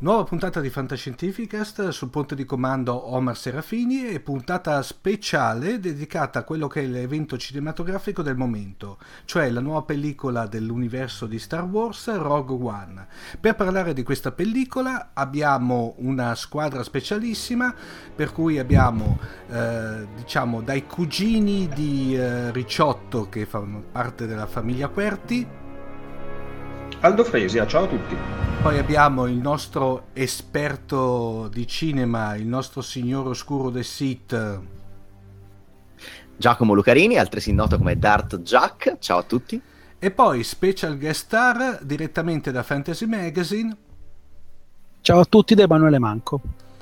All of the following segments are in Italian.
Nuova puntata di Fantascientificast, sul ponte di comando Omar Serafini, e puntata speciale dedicata a quello che è l'evento cinematografico del momento, cioè la nuova pellicola dell'universo di Star Wars, Rogue One. Per parlare di questa pellicola abbiamo una squadra specialissima, per cui abbiamo diciamo dai cugini di Ricciotto, che fanno parte della famiglia Querti. Aldo Fresia, ciao a tutti. Poi abbiamo il nostro esperto di cinema, il nostro signor oscuro del Sith, Giacomo Lucarini, altresì noto come Darth Jack, ciao a tutti. e poi special guest star direttamente da Fantasy Magazine. Ciao a tutti da Emanuele Manco.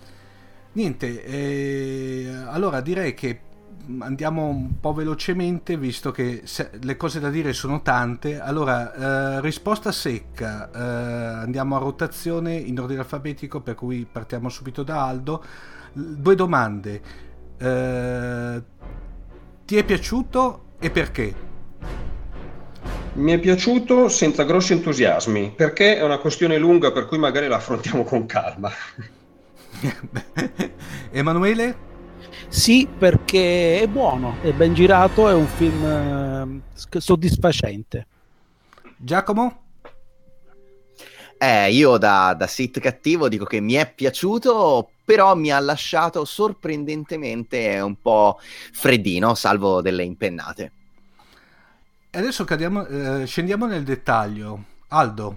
Niente, allora direi che andiamo un po' velocemente, visto che le cose da dire sono tante. Allora, risposta secca, andiamo a rotazione in ordine alfabetico, per cui partiamo subito da Aldo. Due domande: ti è piaciuto e perché? Mi è piaciuto senza grossi entusiasmi, perché è una questione lunga, per cui magari la affrontiamo con calma. Emanuele? Sì, perché è buono, è ben girato, è un film soddisfacente. Giacomo? Io da Sith cattivo dico che mi è piaciuto, però mi ha lasciato sorprendentemente un po' freddino, salvo delle impennate. E adesso scendiamo nel dettaglio. Aldo?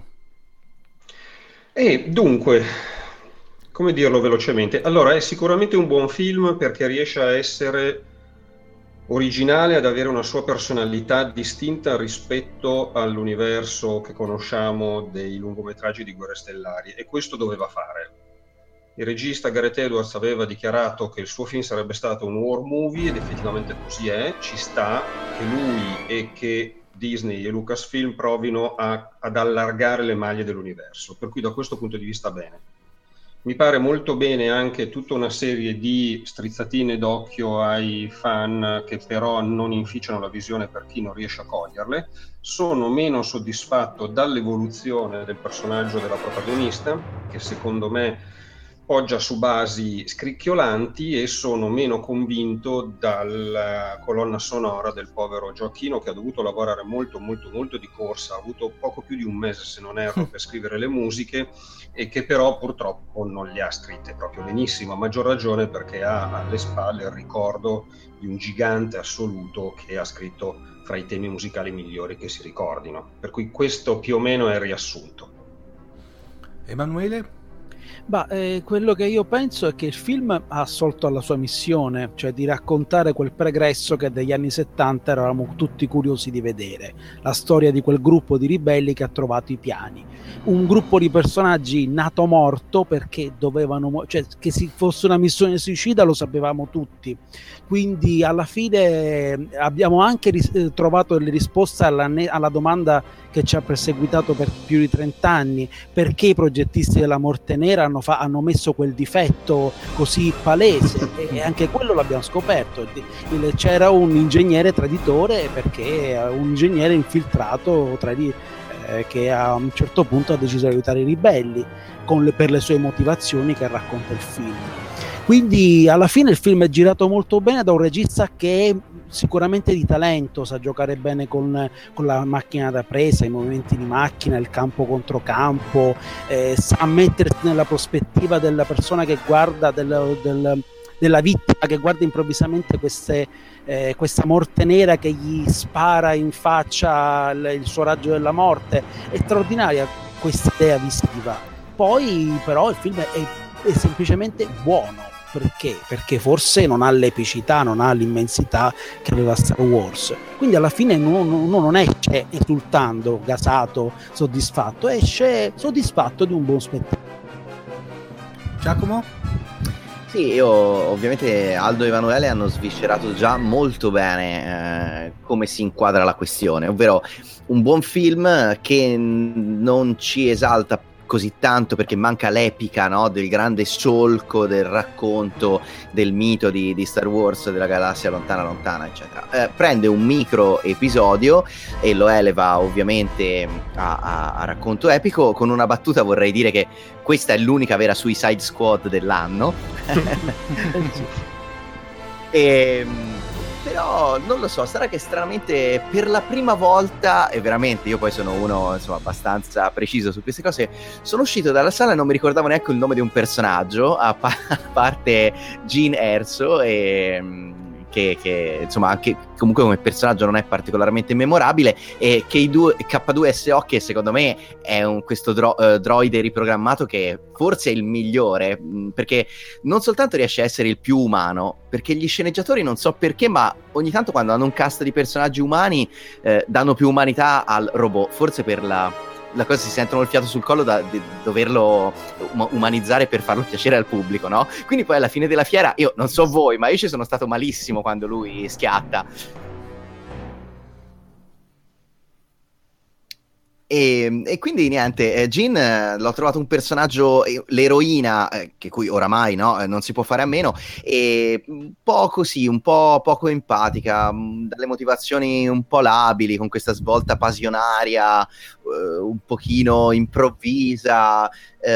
Dunque, come dirlo velocemente? Allora, è sicuramente un buon film perché riesce a essere originale, ad avere una sua personalità distinta rispetto all'universo che conosciamo dei lungometraggi di Guerre Stellari, e questo doveva fare. Il regista Gareth Edwards aveva dichiarato che il suo film sarebbe stato un war movie, ed effettivamente così è. Ci sta che lui e che Disney e Lucasfilm provino ad allargare le maglie dell'universo, per cui da questo punto di vista bene. Mi pare molto bene anche tutta una serie di strizzatine d'occhio ai fan, che però non inficiano la visione per chi non riesce a coglierle. Sono meno soddisfatto dall'evoluzione del personaggio della protagonista, che secondo me poggia su basi scricchiolanti, e sono meno convinto dalla colonna sonora del povero Gioacchino, che ha dovuto lavorare molto di corsa, ha avuto poco più di un mese, se non erro, per scrivere le musiche, e che però purtroppo non le ha scritte proprio benissimo, a maggior ragione perché ha alle spalle il ricordo di un gigante assoluto che ha scritto fra i temi musicali migliori che si ricordino. Per cui questo più o meno è il riassunto. Emanuele? Quello che io penso è che il film ha assolto alla sua missione, cioè di raccontare quel pregresso che degli anni 70 eravamo tutti curiosi di vedere, la storia di quel gruppo di ribelli che ha trovato i piani, un gruppo di personaggi nato morto perché dovevano, cioè che fosse una missione suicida lo sapevamo tutti, quindi alla fine abbiamo anche trovato le risposte alla domanda che ci ha perseguitato per più di 30 anni, perché i progettisti della Morte Nera hanno messo quel difetto così palese, e anche quello l'abbiamo scoperto. C'era un ingegnere traditore, perché un ingegnere infiltrato che a un certo punto ha deciso di aiutare i ribelli per le sue motivazioni che racconta il film. Quindi alla fine il film è girato molto bene da un regista che è sicuramente di talento, sa giocare bene con la macchina da presa, i movimenti di macchina, il campo contro campo, sa mettersi nella prospettiva della persona che guarda, della vittima che guarda improvvisamente questa morte nera che gli spara in faccia il suo raggio della morte. È straordinaria questa idea visiva. Poi però il film è semplicemente buono. Perché? Perché forse non ha l'epicità, non ha l'immensità che aveva Star Wars. Quindi alla fine uno non esce esultando, gasato, soddisfatto, esce soddisfatto di un buon spettacolo. Giacomo? Sì, io ovviamente Aldo e Emanuele hanno sviscerato già molto bene come si inquadra la questione, ovvero un buon film che non ci esalta così tanto, perché manca l'epica, no? Del grande solco del racconto del mito di Star Wars, della galassia lontana lontana, eccetera. Prende un micro episodio e lo eleva ovviamente a racconto epico. Con una battuta vorrei dire che questa è l'unica vera Suicide Squad dell'anno. Però non lo so, sarà che stranamente per la prima volta, e veramente io poi sono uno insomma abbastanza preciso su queste cose, sono uscito dalla sala e non mi ricordavo neanche il nome di un personaggio, a parte Gene Erso, che insomma anche comunque come personaggio non è particolarmente memorabile, e K2SO, che secondo me è questo droide riprogrammato che forse è il migliore, perché non soltanto riesce a essere il più umano, perché gli sceneggiatori non so perché, ma ogni tanto quando hanno un cast di personaggi umani danno più umanità al robot, forse per la cosa, si sentono il fiato sul collo di doverlo umanizzare per farlo piacere al pubblico, no? Quindi poi alla fine della fiera, io non so voi, ma io ci sono stato malissimo quando lui schiatta. E quindi niente, Jean l'ho trovato un personaggio, l'eroina, che cui oramai no, non si può fare a meno, e un po' così, un po' poco empatica, dalle motivazioni un po' labili, con questa svolta passionaria, un pochino improvvisa,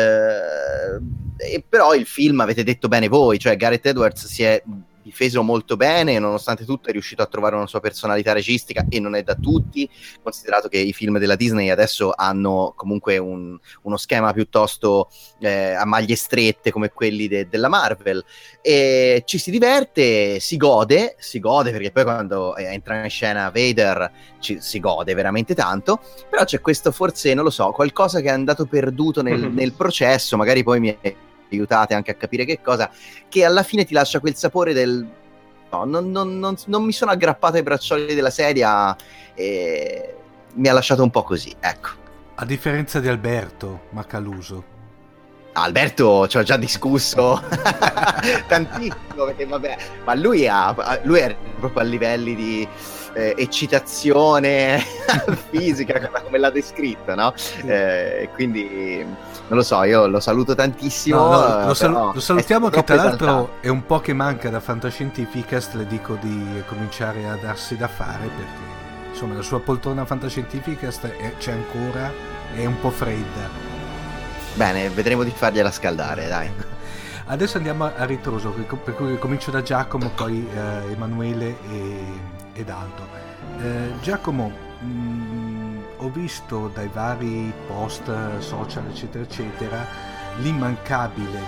e però il film, avete detto bene voi, cioè Gareth Edwards si è difeso molto bene, nonostante tutto è riuscito a trovare una sua personalità registica, e non è da tutti, considerato che i film della Disney adesso hanno comunque uno schema piuttosto a maglie strette come quelli della Marvel, e ci si diverte, si gode perché poi quando entra in scena Vader si gode veramente tanto, però c'è questo, forse non lo so, qualcosa che è andato perduto nel processo, magari poi mi aiutate anche a capire che cosa, che alla fine ti lascia quel sapore del no, non mi sono aggrappato ai braccioli della sedia, e mi ha lasciato un po' così, ecco. A differenza di Alberto Macaluso. Alberto ci ho già discusso tantissimo, perché vabbè, ma lui è proprio a livelli di eccitazione fisica come l'ha descritta, no? Quindi non lo so, io lo saluto tantissimo. Lo salutiamo, che tra l'altro è un po' che manca da Fantascientificast, le dico di cominciare a darsi da fare, perché insomma la sua poltrona Fantascientificast c'è ancora, è un po' fredda. Bene, vedremo di fargliela scaldare, dai. Adesso andiamo a ritroso, per cui comincio da Giacomo, poi Emanuele ed Aldo. Giacomo, ho visto dai vari post social eccetera eccetera l'immancabile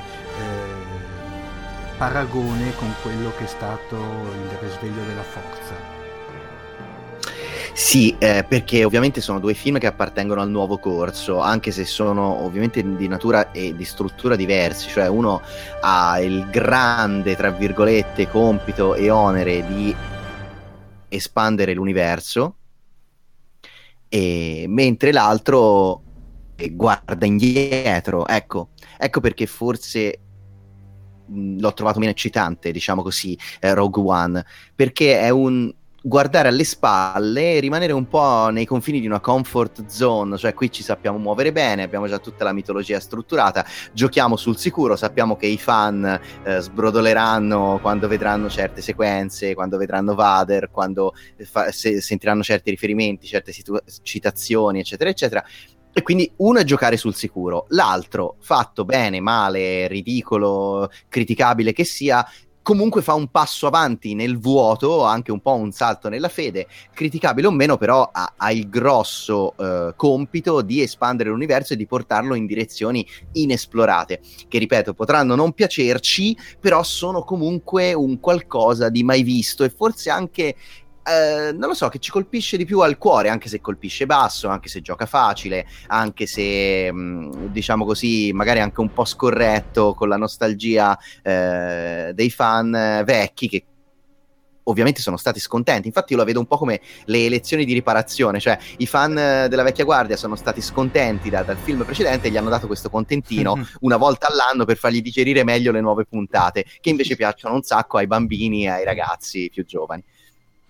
paragone con quello che è stato il risveglio della forza. Sì, perché ovviamente sono due film che appartengono al nuovo corso, anche se sono ovviamente di natura e di struttura diversi, cioè uno ha il grande, tra virgolette, compito e onere di espandere l'universo, mentre l'altro guarda indietro. Ecco perché forse l'ho trovato meno eccitante, diciamo così, Rogue One, perché è un guardare alle spalle e rimanere un po' nei confini di una comfort zone, cioè qui ci sappiamo muovere bene, abbiamo già tutta la mitologia strutturata, giochiamo sul sicuro, sappiamo che i fan sbrodoleranno quando vedranno certe sequenze, quando vedranno Vader, quando sentiranno certi riferimenti, certe citazioni, eccetera eccetera. E quindi uno è giocare sul sicuro, l'altro, fatto bene, male, ridicolo, criticabile che sia, comunque fa un passo avanti nel vuoto, anche un po' un salto nella fede, criticabile o meno, però ha il grosso compito di espandere l'universo e di portarlo in direzioni inesplorate, che ripeto potranno non piacerci, però sono comunque un qualcosa di mai visto, e forse anche non lo so, che ci colpisce di più al cuore, anche se colpisce basso, anche se gioca facile, anche se diciamo così magari anche un po' scorretto con la nostalgia dei fan vecchi, che ovviamente sono stati scontenti. Infatti io la vedo un po' come le elezioni di riparazione, cioè i fan della vecchia guardia sono stati scontenti dal film precedente e gli hanno dato questo contentino una volta all'anno per fargli digerire meglio le nuove puntate, che invece piacciono un sacco ai bambini e ai ragazzi più giovani.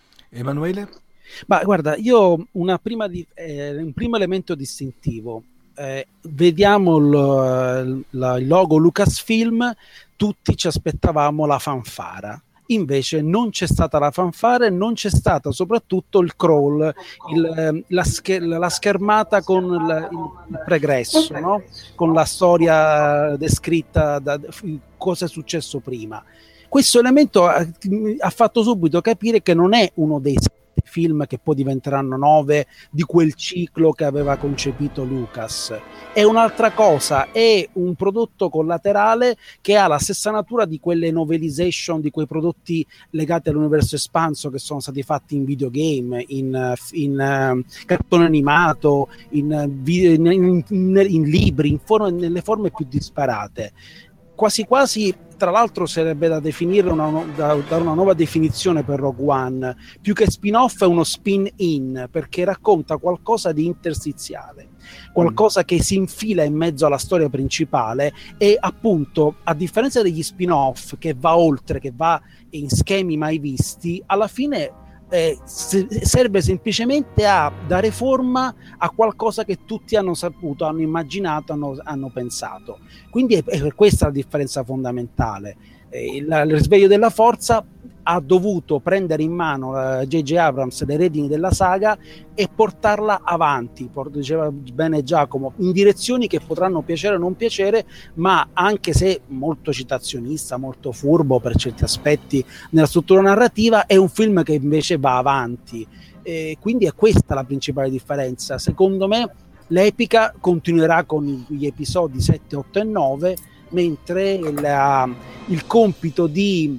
Emanuele? Ma guarda, io un primo elemento distintivo vediamo il logo Lucasfilm, tutti ci aspettavamo la fanfara. Invece non c'è stata la fanfara e non c'è stata soprattutto il crawl, la schermata con il pregresso, no? Con la storia descritta, cosa è successo prima. Questo elemento ha fatto subito capire che non è uno dei film che poi diventeranno 9 di quel ciclo che aveva concepito Lucas. È un'altra cosa, è un prodotto collaterale che ha la stessa natura di quelle novelization, di quei prodotti legati all'universo espanso che sono stati fatti in videogame, in cartone animato, in libri, nelle forme più disparate. Quasi quasi, tra l'altro, sarebbe da definire dare una nuova definizione per Rogue One. Più che spin-off è uno spin-in, perché racconta qualcosa di interstiziale, qualcosa che si infila in mezzo alla storia principale e, appunto, a differenza degli spin-off che va oltre, che va in schemi mai visti, alla fine serve semplicemente a dare forma a qualcosa che tutti hanno saputo, hanno immaginato, hanno pensato. Quindi è per questa la differenza fondamentale. Il risveglio della forza ha dovuto prendere in mano J.J. Abrams le redini della saga e portarla avanti, diceva bene Giacomo, in direzioni che potranno piacere o non piacere, ma anche se molto citazionista, molto furbo per certi aspetti nella struttura narrativa, è un film che invece va avanti. Quindi è questa la principale differenza. Secondo me l'epica continuerà con gli episodi 7, 8 e 9, mentre il compito di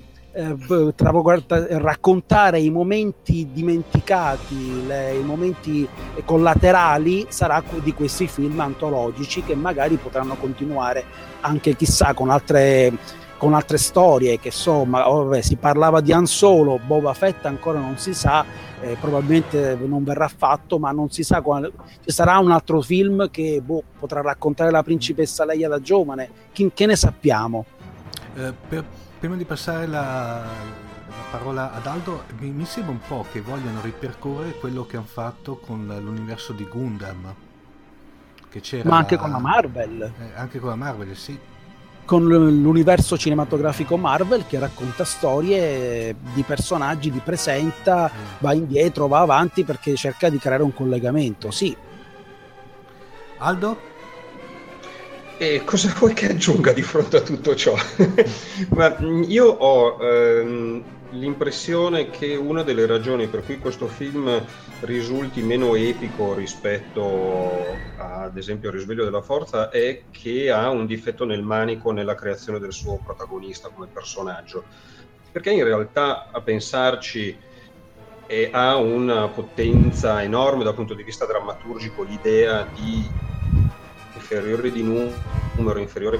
raccontare i momenti dimenticati, i momenti collaterali sarà di questi film antologici che magari potranno continuare anche chissà con altre storie, che si parlava di Han Solo, Boba Fett ancora non si sa, probabilmente non verrà fatto, ma non si sa quando ci sarà un altro film che potrà raccontare la principessa Leia da giovane, che ne sappiamo. Prima di passare la parola ad Aldo, mi sembra un po' che vogliano ripercorrere quello che hanno fatto con l'universo di Gundam, che c'era, ma anche con la Marvel, anche con la Marvel, sì, con l'universo cinematografico Marvel che racconta storie di personaggi, li presenta, va indietro, va avanti perché cerca di creare un collegamento. Sì. Aldo? E cosa vuoi che aggiunga di fronte a tutto ciò? Ma io ho l'impressione che una delle ragioni per cui questo film risulti meno epico rispetto ad esempio al Risveglio della Forza è che ha un difetto nel manico nella creazione del suo protagonista come personaggio, perché in realtà, a pensarci, ha una potenza enorme dal punto di vista drammaturgico l'idea di inferiore di numero, inferiore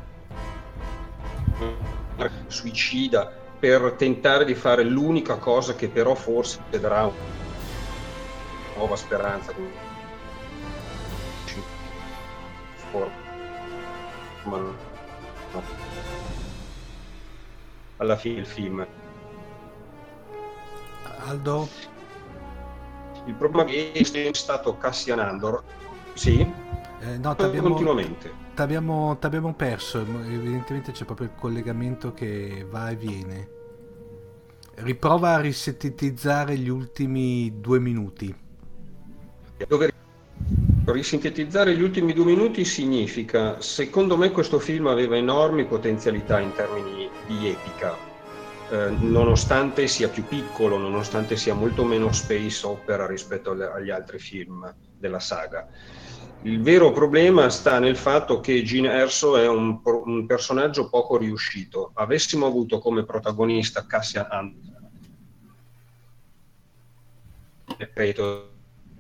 suicida, per tentare di fare l'unica cosa che però forse darà una nuova speranza alla fine il film. Aldo? Il problema è che è stato Cassian Andor, sì? No, continuamente. T'abbiamo perso, evidentemente c'è proprio il collegamento che va e viene. Riprova a risintetizzare gli ultimi 2 minuti. Risintetizzare gli ultimi 2 minuti significa, secondo me questo film aveva enormi potenzialità in termini di epica, nonostante sia più piccolo, nonostante sia molto meno space opera rispetto agli altri film della saga. Il vero problema sta nel fatto che Jyn Erso è un personaggio poco riuscito. Avessimo avuto come protagonista Cassian Andor, ripeto,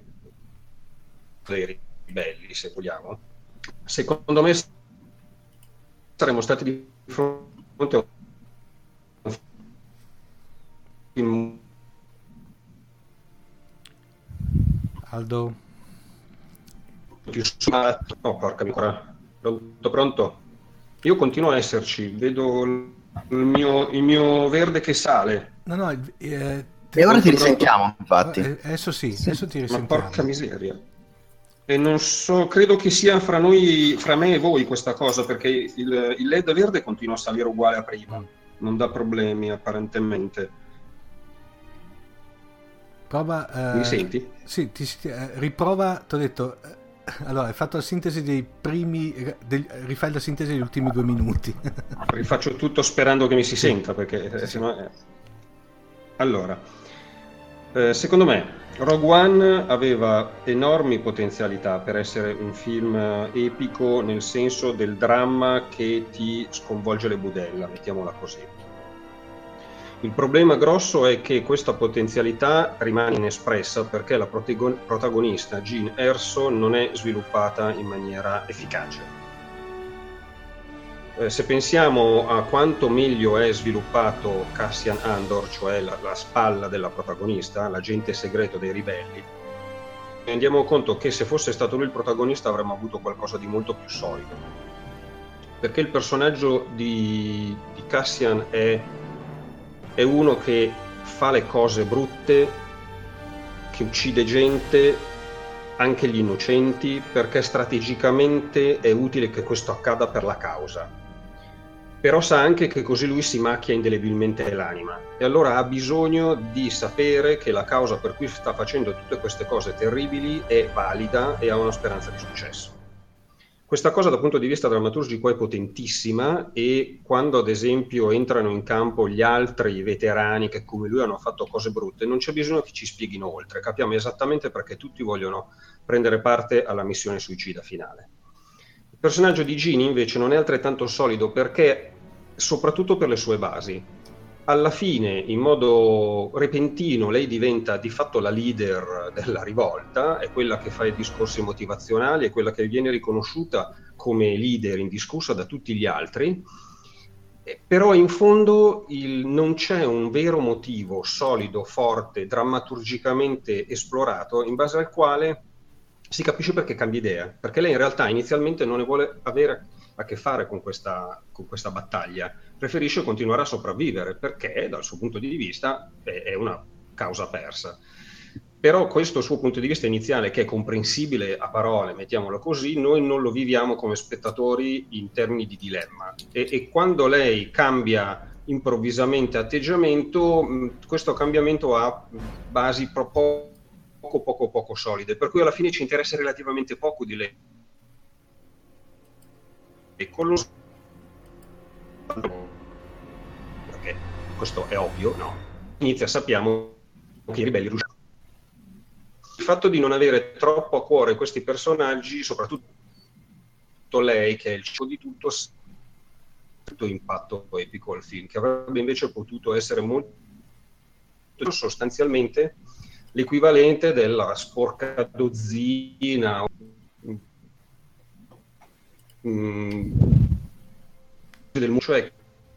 dei ribelli, se vogliamo, secondo me saremmo stati di fronte a un film. Aldo? Più no, porca miseria. Pronto? Io continuo a esserci, vedo il mio verde che sale. No, e ora ti risentiamo, infatti. Adesso sì, adesso ti risentiamo. Ma porca miseria. E non so, credo che sia fra me e voi questa cosa, perché il LED verde continua a salire uguale a prima, non dà problemi apparentemente. Prova. Mi senti? Sì, riprova, ti ho detto. Allora, hai fatto la sintesi dei primi. Rifai la sintesi degli ultimi 2 minuti. Rifaccio tutto sperando che mi si senta, perché sennò. Allora, secondo me Rogue One aveva enormi potenzialità per essere un film epico, nel senso del dramma che ti sconvolge le budella, mettiamola così. Il problema grosso è che questa potenzialità rimane inespressa perché la protagonista, Jyn Erso, non è sviluppata in maniera efficace. Se pensiamo a quanto meglio è sviluppato Cassian Andor, cioè la spalla della protagonista, l'agente segreto dei ribelli, rendiamo conto che se fosse stato lui il protagonista avremmo avuto qualcosa di molto più solido. Perché il personaggio di Cassian è uno che fa le cose brutte, che uccide gente, anche gli innocenti, perché strategicamente è utile che questo accada per la causa. Però sa anche che così lui si macchia indelebilmente l'anima e allora ha bisogno di sapere che la causa per cui sta facendo tutte queste cose terribili è valida e ha una speranza di successo. Questa cosa dal punto di vista drammaturgico è potentissima e quando ad esempio entrano in campo gli altri veterani che come lui hanno fatto cose brutte, non c'è bisogno che ci spieghino oltre, capiamo esattamente perché tutti vogliono prendere parte alla missione suicida finale. Il personaggio di Jyn invece non è altrettanto solido perché, soprattutto per le sue basi, alla fine, in modo repentino, lei diventa di fatto la leader della rivolta, è quella che fa i discorsi motivazionali, è quella che viene riconosciuta come leader indiscussa da tutti gli altri, però in fondo non c'è un vero motivo solido, forte, drammaturgicamente esplorato, in base al quale si capisce perché cambia idea, perché lei in realtà inizialmente non ne vuole avere a che fare con questa battaglia, preferisce continuare a sopravvivere perché dal suo punto di vista è una causa persa. Però questo suo punto di vista iniziale, che è comprensibile a parole, mettiamolo così, noi non lo viviamo come spettatori in termini di dilemma e quando lei cambia improvvisamente atteggiamento, questo cambiamento ha basi poco solide, per cui alla fine ci interessa relativamente poco di lei. E con lo perché questo è ovvio, no? Sappiamo che i ribelli riusciranno. Il fatto di non avere troppo a cuore questi personaggi, soprattutto lei, che è il centro di tutto impatto epico al film, che avrebbe invece potuto essere molto sostanzialmente l'equivalente della sporca dozzina del cioè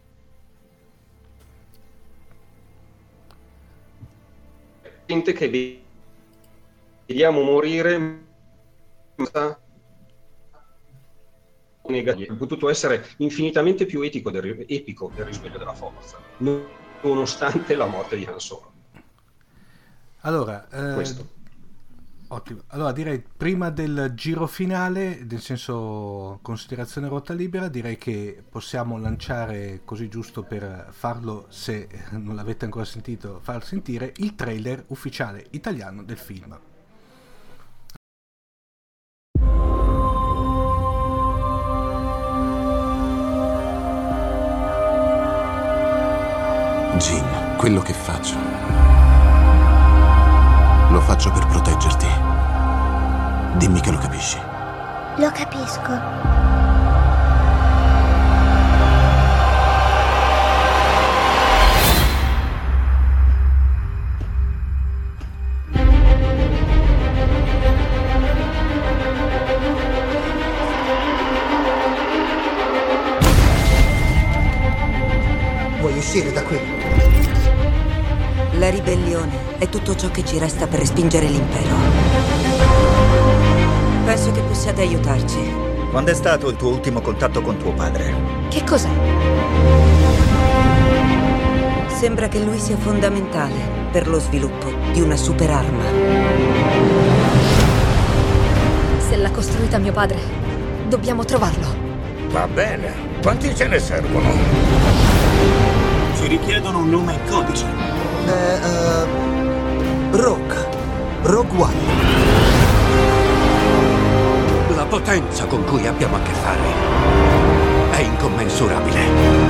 gente che vediamo morire negativo. È potuto essere infinitamente più epico del risveglio della forza, nonostante la morte di Han Solo. Allora, questo. Ottimo. Allora direi prima del giro finale, nel senso considerazione rotta libera, direi che possiamo lanciare, così giusto per farlo, se non l'avete ancora sentito, far sentire il trailer ufficiale italiano del film. Jyn, quello che faccio lo faccio per proteggerti. Dimmi che lo capisci. Lo capisco. Vuoi uscire da qui? La ribellione è tutto ciò che ci resta per respingere l'impero. Penso che possiate aiutarci. Quando è stato il tuo ultimo contatto con tuo padre? Che cos'è? Sembra che lui sia fondamentale per lo sviluppo di una superarma. distruita mio padre. Dobbiamo trovarlo. Va bene. Quanti ce ne servono? Ci richiedono un nome e codice. Rogue One. La potenza con cui abbiamo a che fare è incommensurabile.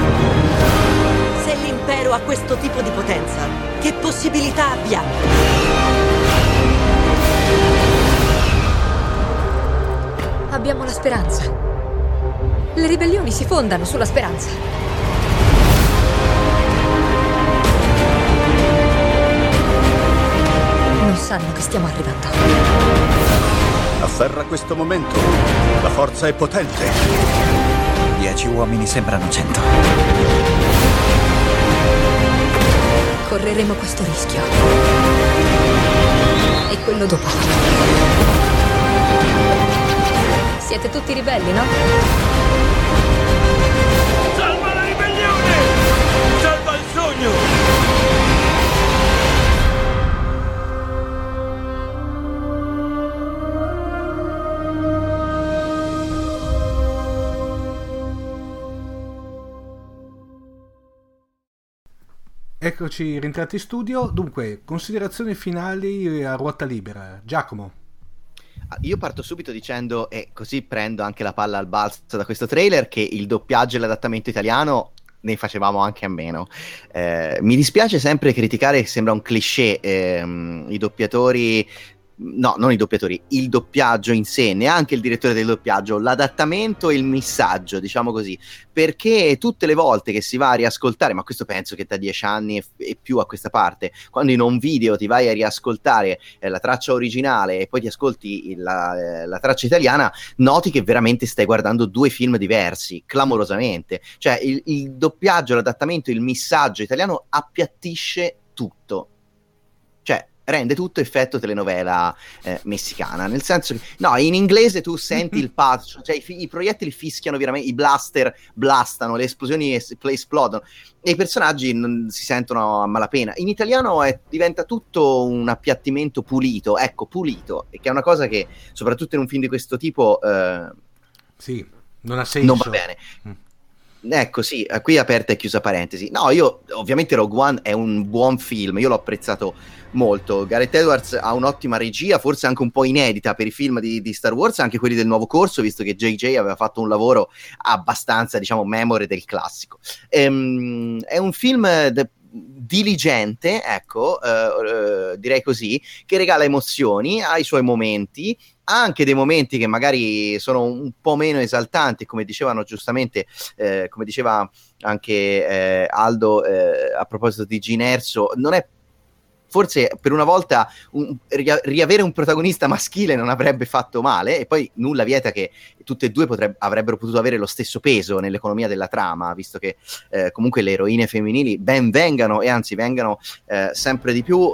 Se l'impero ha questo tipo di potenza, che possibilità abbiamo? Abbiamo la speranza. Le ribellioni si fondano sulla speranza. Non sanno che stiamo arrivando. Afferra questo momento. La forza è potente. 10 uomini sembrano 100. Correremo questo rischio. E quello dopo. Siete tutti ribelli, no? Salva la ribellione! Salva il sogno! Eccoci rientrati in studio. Dunque, considerazioni finali a ruota libera. Giacomo. Io parto subito dicendo, e così prendo anche la palla al balzo da questo trailer, che il doppiaggio e l'adattamento italiano ne facevamo anche a meno. Mi dispiace sempre criticare, sembra un cliché, i doppiatori. No, non i doppiatori, il doppiaggio in sé, neanche il direttore del doppiaggio, l'adattamento e il missaggio, diciamo così, perché tutte le volte che si va a riascoltare, ma questo penso che da 10 anni e più a questa parte, quando in un video ti vai a riascoltare la traccia originale e poi ti ascolti la traccia italiana, noti che veramente stai guardando due film diversi, clamorosamente. Cioè il doppiaggio, l'adattamento, il missaggio italiano appiattisce tutto. Cioè rende tutto effetto telenovela messicana, nel senso che no, in inglese tu senti il patch, cioè i proiettili fischiano veramente, i blaster blastano, le esplosioni esplodono e i personaggi si sentono a malapena. In italiano diventa tutto un appiattimento pulito, ecco, pulito, e che è una cosa che soprattutto in un film di questo tipo sì, non ha senso, non va bene. Ecco, sì, qui aperta e chiusa parentesi. No, io ovviamente Rogue One è un buon film, io l'ho apprezzato molto. Gareth Edwards ha un'ottima regia, forse anche un po' inedita per i film di Star Wars, anche quelli del nuovo corso, visto che JJ aveva fatto un lavoro abbastanza, diciamo, memore del classico. È un film diligente, ecco, direi così, che regala emozioni, ha i suoi momenti, anche dei momenti che magari sono un po' meno esaltanti, come dicevano giustamente, come diceva anche Aldo a proposito di Gene Erso, non è forse per una volta riavere un protagonista maschile non avrebbe fatto male, e poi nulla vieta che tutte e due avrebbero potuto avere lo stesso peso nell'economia della trama, visto che comunque le eroine femminili ben vengano, e anzi vengano sempre di più,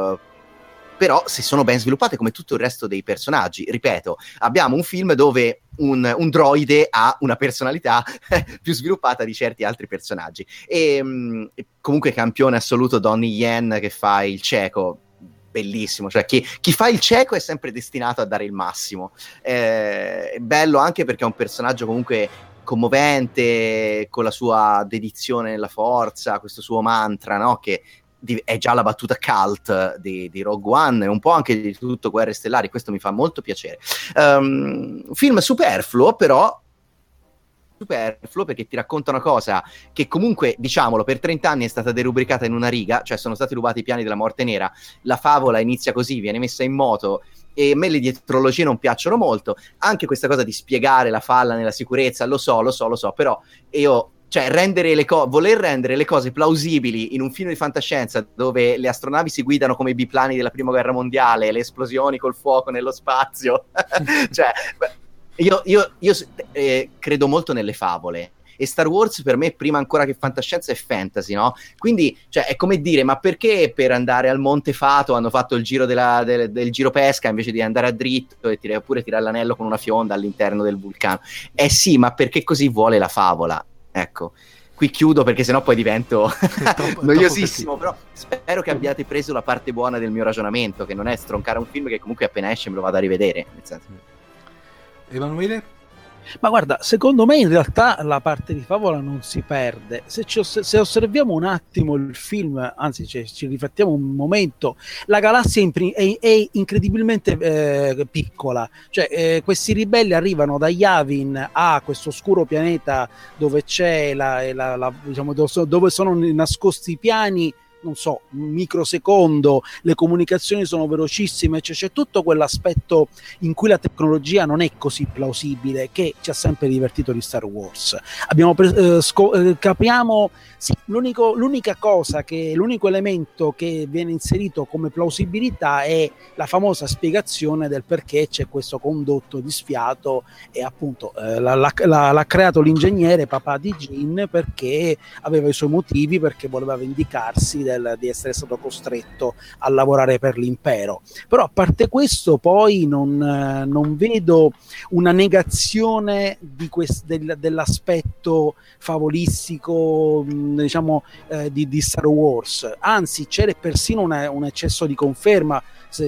però se sono ben sviluppate come tutto il resto dei personaggi. Ripeto, abbiamo un film dove un droide ha una personalità più sviluppata di certi altri personaggi, e comunque campione assoluto Donnie Yen che fa il cieco, bellissimo, cioè chi fa il cieco è sempre destinato a dare il massimo. È bello anche perché è un personaggio comunque commovente, con la sua dedizione nella forza, questo suo mantra, no? Che è già la battuta cult di Rogue One e un po' anche di tutto Guerre Stellari. Questo mi fa molto piacere. Film superfluo, però superfluo perché ti racconta una cosa che comunque, diciamolo, per 30 anni è stata derubricata in una riga, cioè sono stati rubati i piani della Morte Nera. La favola inizia così, viene messa in moto, e a me le dietrologie non piacciono molto. Anche questa cosa di spiegare la falla nella sicurezza, lo so, però io, cioè, voler rendere le cose plausibili in un film di fantascienza dove le astronavi si guidano come i biplani della Prima Guerra Mondiale, le esplosioni col fuoco nello spazio, cioè, io credo molto nelle favole, e Star Wars per me, prima ancora che fantascienza, è fantasy, no? Quindi, cioè, è come dire, ma perché per andare al Monte Fato hanno fatto il giro del giro pesca invece di andare a dritto e tirare l'anello con una fionda all'interno del vulcano? Sì, ma perché così vuole la favola. Ecco, qui chiudo perché sennò poi divento noiosissimo, però spero che abbiate preso la parte buona del mio ragionamento, che non è stroncare un film che comunque appena esce me lo vado a rivedere, nel senso. Emanuele? Ma guarda, secondo me in realtà la parte di favola non si perde. Se osserviamo un attimo il film, anzi ci riflettiamo un momento, la galassia è incredibilmente piccola. Cioè, questi ribelli arrivano da Yavin a questo oscuro pianeta dove c'è diciamo, dove sono nascosti i piani, non so, un microsecondo, le comunicazioni sono velocissime, cioè c'è tutto quell'aspetto in cui la tecnologia non è così plausibile, che ci ha sempre divertito di Star Wars. Capiamo, sì, l'unica cosa l'unico elemento che viene inserito come plausibilità è la famosa spiegazione del perché c'è questo condotto di sfiato, e appunto l'ha creato l'ingegnere papà di Jin perché aveva i suoi motivi, perché voleva vendicarsi di essere stato costretto a lavorare per l'impero. Però a parte questo poi non vedo una negazione dell'aspetto favolistico, diciamo, di Star Wars. Anzi, c'era persino un eccesso di conferma,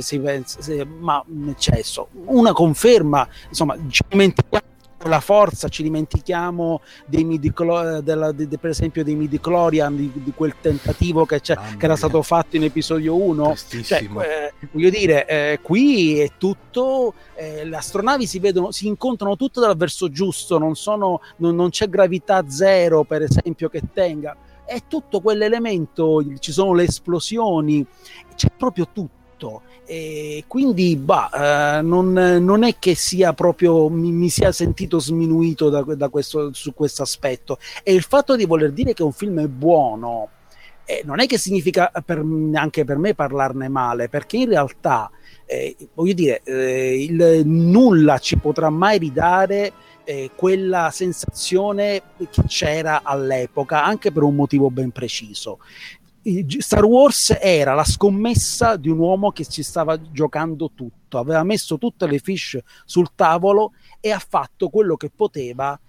ma un eccesso, una conferma, insomma, ci dimentichiamo la forza, ci dimentichiamo dei per esempio dei midi-chlorian, di quel tentativo che era stato fatto in episodio 1. Cioè, voglio dire, qui è tutto, le astronavi si incontrano tutte dal verso giusto, non c'è gravità zero, per esempio, che tenga, è tutto quell'elemento, ci sono le esplosioni, c'è proprio tutto. E quindi non è che sia proprio mi sia sentito sminuito da questo, su questo aspetto. E il fatto di voler dire che un film è buono non è che significa anche per me parlarne male, perché in realtà voglio dire, nulla ci potrà mai ridare quella sensazione che c'era all'epoca, anche per un motivo ben preciso. Star Wars era la scommessa di un uomo che ci stava giocando tutto, aveva messo tutte le fiche sul tavolo e ha fatto quello che poteva,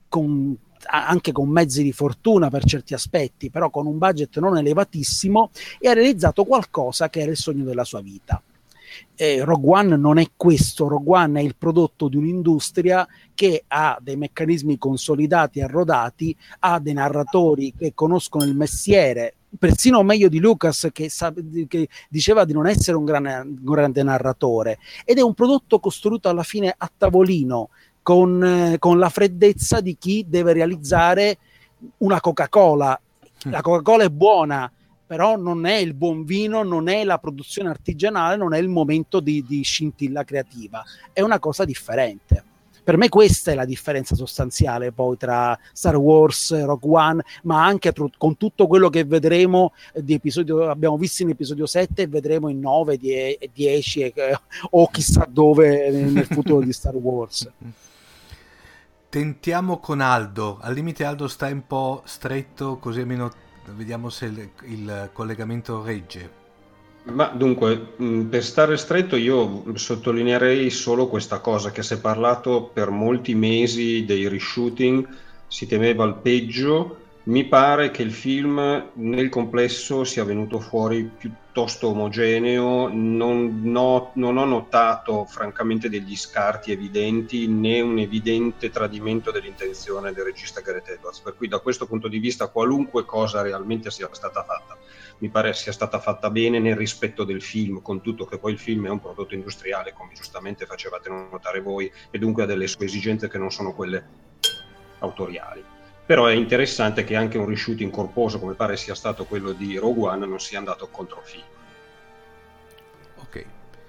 anche con mezzi di fortuna per certi aspetti, però con un budget non elevatissimo, e ha realizzato qualcosa che era il sogno della sua vita. Rogue One non è questo. Rogue One è il prodotto di un'industria che ha dei meccanismi consolidati e rodati, ha dei narratori che conoscono il mestiere, persino meglio di Lucas, che diceva di non essere un grande narratore, ed è un prodotto costruito alla fine a tavolino con la freddezza di chi deve realizzare una Coca-Cola. La Coca-Cola è buona, però non è il buon vino, non è la produzione artigianale, non è il momento di scintilla creativa, è una cosa differente. Per me questa è la differenza sostanziale poi tra Star Wars e Rogue One, ma anche con tutto quello che vedremo di episodio, abbiamo visto in episodio 7 e vedremo in 9, 10 o chissà dove nel futuro di Star Wars. Tentiamo con Aldo. Al limite Aldo stai un po' stretto, così almeno vediamo se il collegamento regge. Ma dunque, per stare stretto io sottolineerei solo questa cosa, che si è parlato per molti mesi dei reshooting, si temeva il peggio. Mi pare che il film nel complesso sia venuto fuori piuttosto omogeneo, non ho notato francamente degli scarti evidenti né un evidente tradimento dell'intenzione del regista Gareth Edwards, per cui da questo punto di vista qualunque cosa realmente sia stata fatta mi pare sia stata fatta bene nel rispetto del film, con tutto che poi il film è un prodotto industriale, come giustamente facevate notare voi, e dunque ha delle sue esigenze che non sono quelle autoriali. Però è interessante che anche un reshooting corposo, come pare sia stato quello di Rogue One, non sia andato contro film. Ok.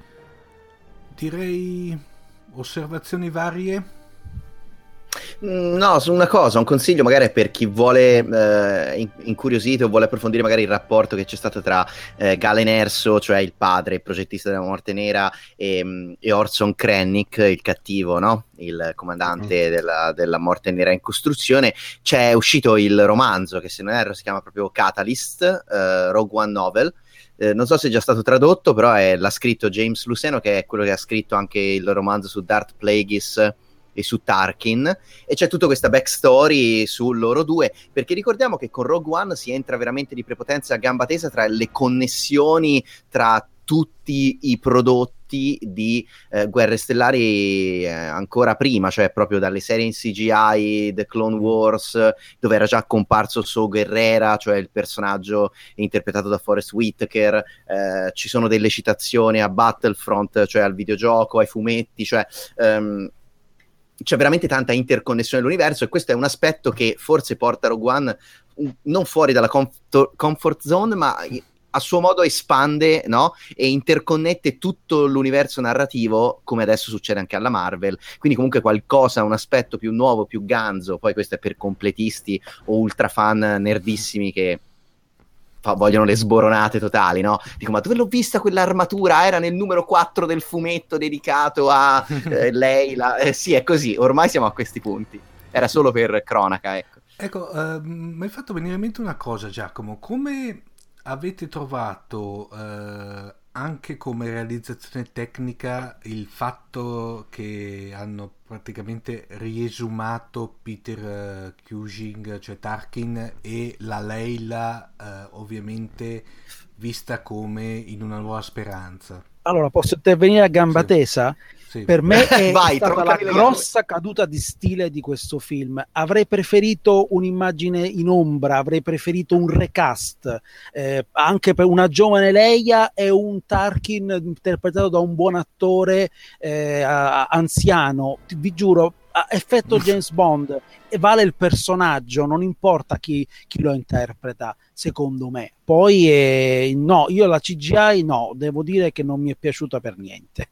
Direi osservazioni varie? No, su una cosa, un consiglio magari per chi vuole incuriosito o vuole approfondire magari il rapporto che c'è stato tra Galen Erso, cioè il padre, il progettista della Morte Nera, e Orson Krennic, il cattivo, no? Il comandante della Morte Nera in costruzione. C'è uscito il romanzo che, se non erro, si chiama proprio Catalyst, Rogue One Novel. Non so se è già stato tradotto, però l'ha scritto James Luceno, che è quello che ha scritto anche il romanzo su Darth Plagueis e su Tarkin, e c'è tutta questa backstory su loro due, perché ricordiamo che con Rogue One si entra veramente di prepotenza a gamba tesa tra le connessioni tra tutti i prodotti molti di Guerre Stellari ancora prima, cioè proprio dalle serie in CGI, The Clone Wars, dove era già comparso Saw Gerrera, cioè il personaggio interpretato da Forest Whitaker. Ci sono delle citazioni a Battlefront, cioè al videogioco, ai fumetti, cioè c'è veramente tanta interconnessione dell'universo, e questo è un aspetto che forse porta Rogue One non fuori dalla comfort zone, ma a suo modo espande, no? E interconnette tutto l'universo narrativo, come adesso succede anche alla Marvel. Quindi comunque qualcosa, un aspetto più nuovo, più ganzo. Poi questo è per completisti o ultra fan nerdissimi che vogliono le sboronate totali, no? Dico, ma dove l'ho vista quell'armatura? Era nel numero 4 del fumetto dedicato a lei. Sì, è così, ormai siamo a questi punti. Era solo per cronaca, ecco. Ecco, mi hai fatto venire in mente una cosa, Giacomo. Come avete trovato anche come realizzazione tecnica il fatto che hanno praticamente riesumato Peter Cushing, cioè Tarkin, e la Leila ovviamente vista come in Una Nuova Speranza? Allora, posso intervenire a gamba tesa? Sì. Per me è stata la grossa caduta di stile di questo film. Avrei preferito un'immagine in ombra, avrei preferito un recast, anche per una giovane Leia e un Tarkin interpretato da un buon attore anziano. Vi giuro, effetto James Bond, e vale il personaggio, non importa chi lo interpreta, secondo me. Poi no, io la CGI no, devo dire che non mi è piaciuta per niente.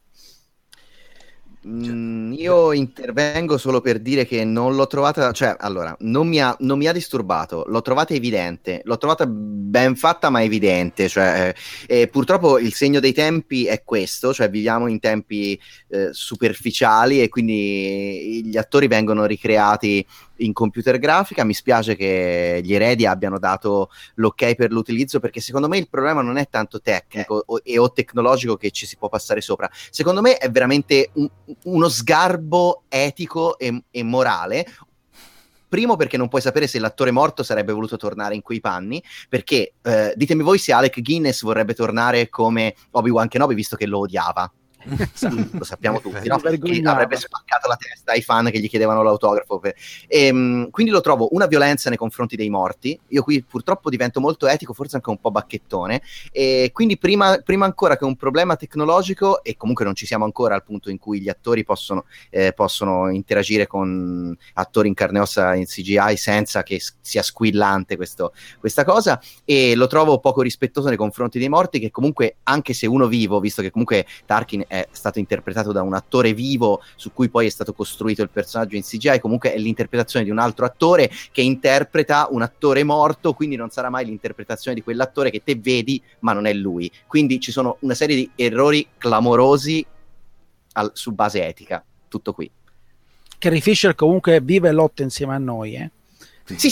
Io intervengo solo per dire che non l'ho trovata, cioè allora non mi ha disturbato, l'ho trovata evidente, l'ho trovata ben fatta ma evidente, cioè purtroppo il segno dei tempi è questo, cioè viviamo in tempi superficiali, e quindi gli attori vengono ricreati in computer grafica. Mi spiace che gli eredi abbiano dato l'ok per l'utilizzo, perché secondo me il problema non è tanto tecnico o tecnologico, che ci si può passare sopra. Secondo me è veramente uno sgarbo etico e morale. Primo, perché non puoi sapere se l'attore morto sarebbe voluto tornare in quei panni, perché ditemi voi se Alec Guinness vorrebbe tornare come Obi-Wan Kenobi, visto che lo odiava. Lo sappiamo tutti, no? Che avrebbe spaccato la testa ai fan che gli chiedevano l'autografo quindi lo trovo una violenza nei confronti dei morti. Io qui purtroppo divento molto etico, forse anche un po' bacchettone, e quindi prima ancora che un problema tecnologico, e comunque non ci siamo ancora al punto in cui gli attori possono interagire con attori in carne e ossa in CGI senza che sia squillante questa cosa, e lo trovo poco rispettoso nei confronti dei morti, che comunque, anche se uno vivo, visto che comunque Tarkin è stato interpretato da un attore vivo su cui poi è stato costruito il personaggio in CGI, comunque è l'interpretazione di un altro attore che interpreta un attore morto, quindi non sarà mai l'interpretazione di quell'attore che te vedi ma non è lui. Quindi ci sono una serie di errori clamorosi su base etica. Tutto qui. Carrie Fisher comunque vive e lotta insieme a noi, eh? Sì.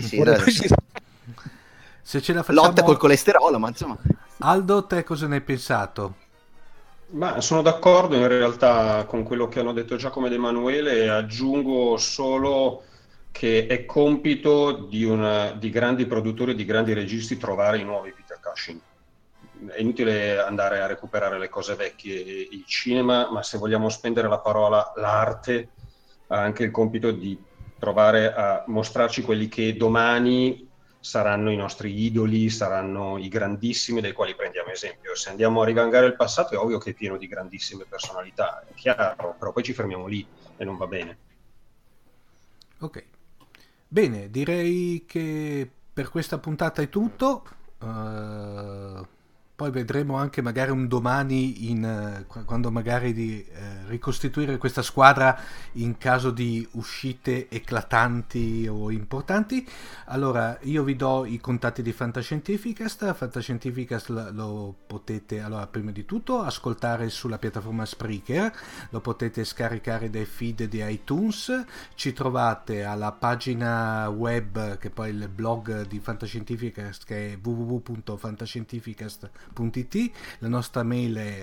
Se ce la facciamo... Lotta col colesterolo, ma insomma. Aldo, te cosa ne hai pensato? Ma sono d'accordo in realtà con quello che hanno detto Giacomo ed Emanuele, e aggiungo solo che è compito di grandi produttori e di grandi registi trovare i nuovi Peter Cushing. È inutile andare a recuperare le cose vecchie, il cinema, ma se vogliamo spendere la parola l'arte, ha anche il compito di provare a mostrarci quelli che domani saranno i nostri idoli, saranno i grandissimi dai quali prendiamo esempio. Se andiamo a rivangare il passato è ovvio che è pieno di grandissime personalità, è chiaro, però poi ci fermiamo lì e non va bene. Ok, bene, direi che per questa puntata è tutto. Poi vedremo anche magari un domani quando magari di ricostituire questa squadra in caso di uscite eclatanti o importanti. Allora io vi do i contatti di Fantascientificast lo potete, allora, prima di tutto ascoltare sulla piattaforma Spreaker, lo potete scaricare dai feed di iTunes, ci trovate alla pagina web, che poi è il blog di Fantascientificast, che è www.fantascientificast.it. La nostra mail è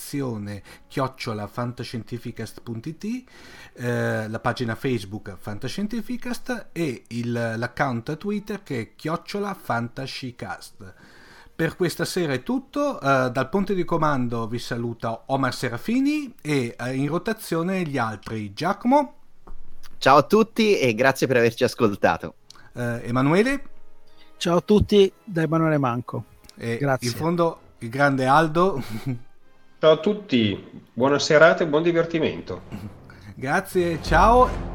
redazione@fantascientificast.it, la pagina Facebook Fantascientificast e l'account Twitter che è @fantascicast. Per questa sera è tutto. Dal ponte di comando vi saluta Omar Serafini e in rotazione gli altri. Giacomo. Ciao a tutti e grazie per averci ascoltato. Emanuele. Ciao a tutti da Emanuele Manco. Grazie. In fondo il grande Aldo. Ciao a tutti, buona serata e buon divertimento. Grazie, ciao.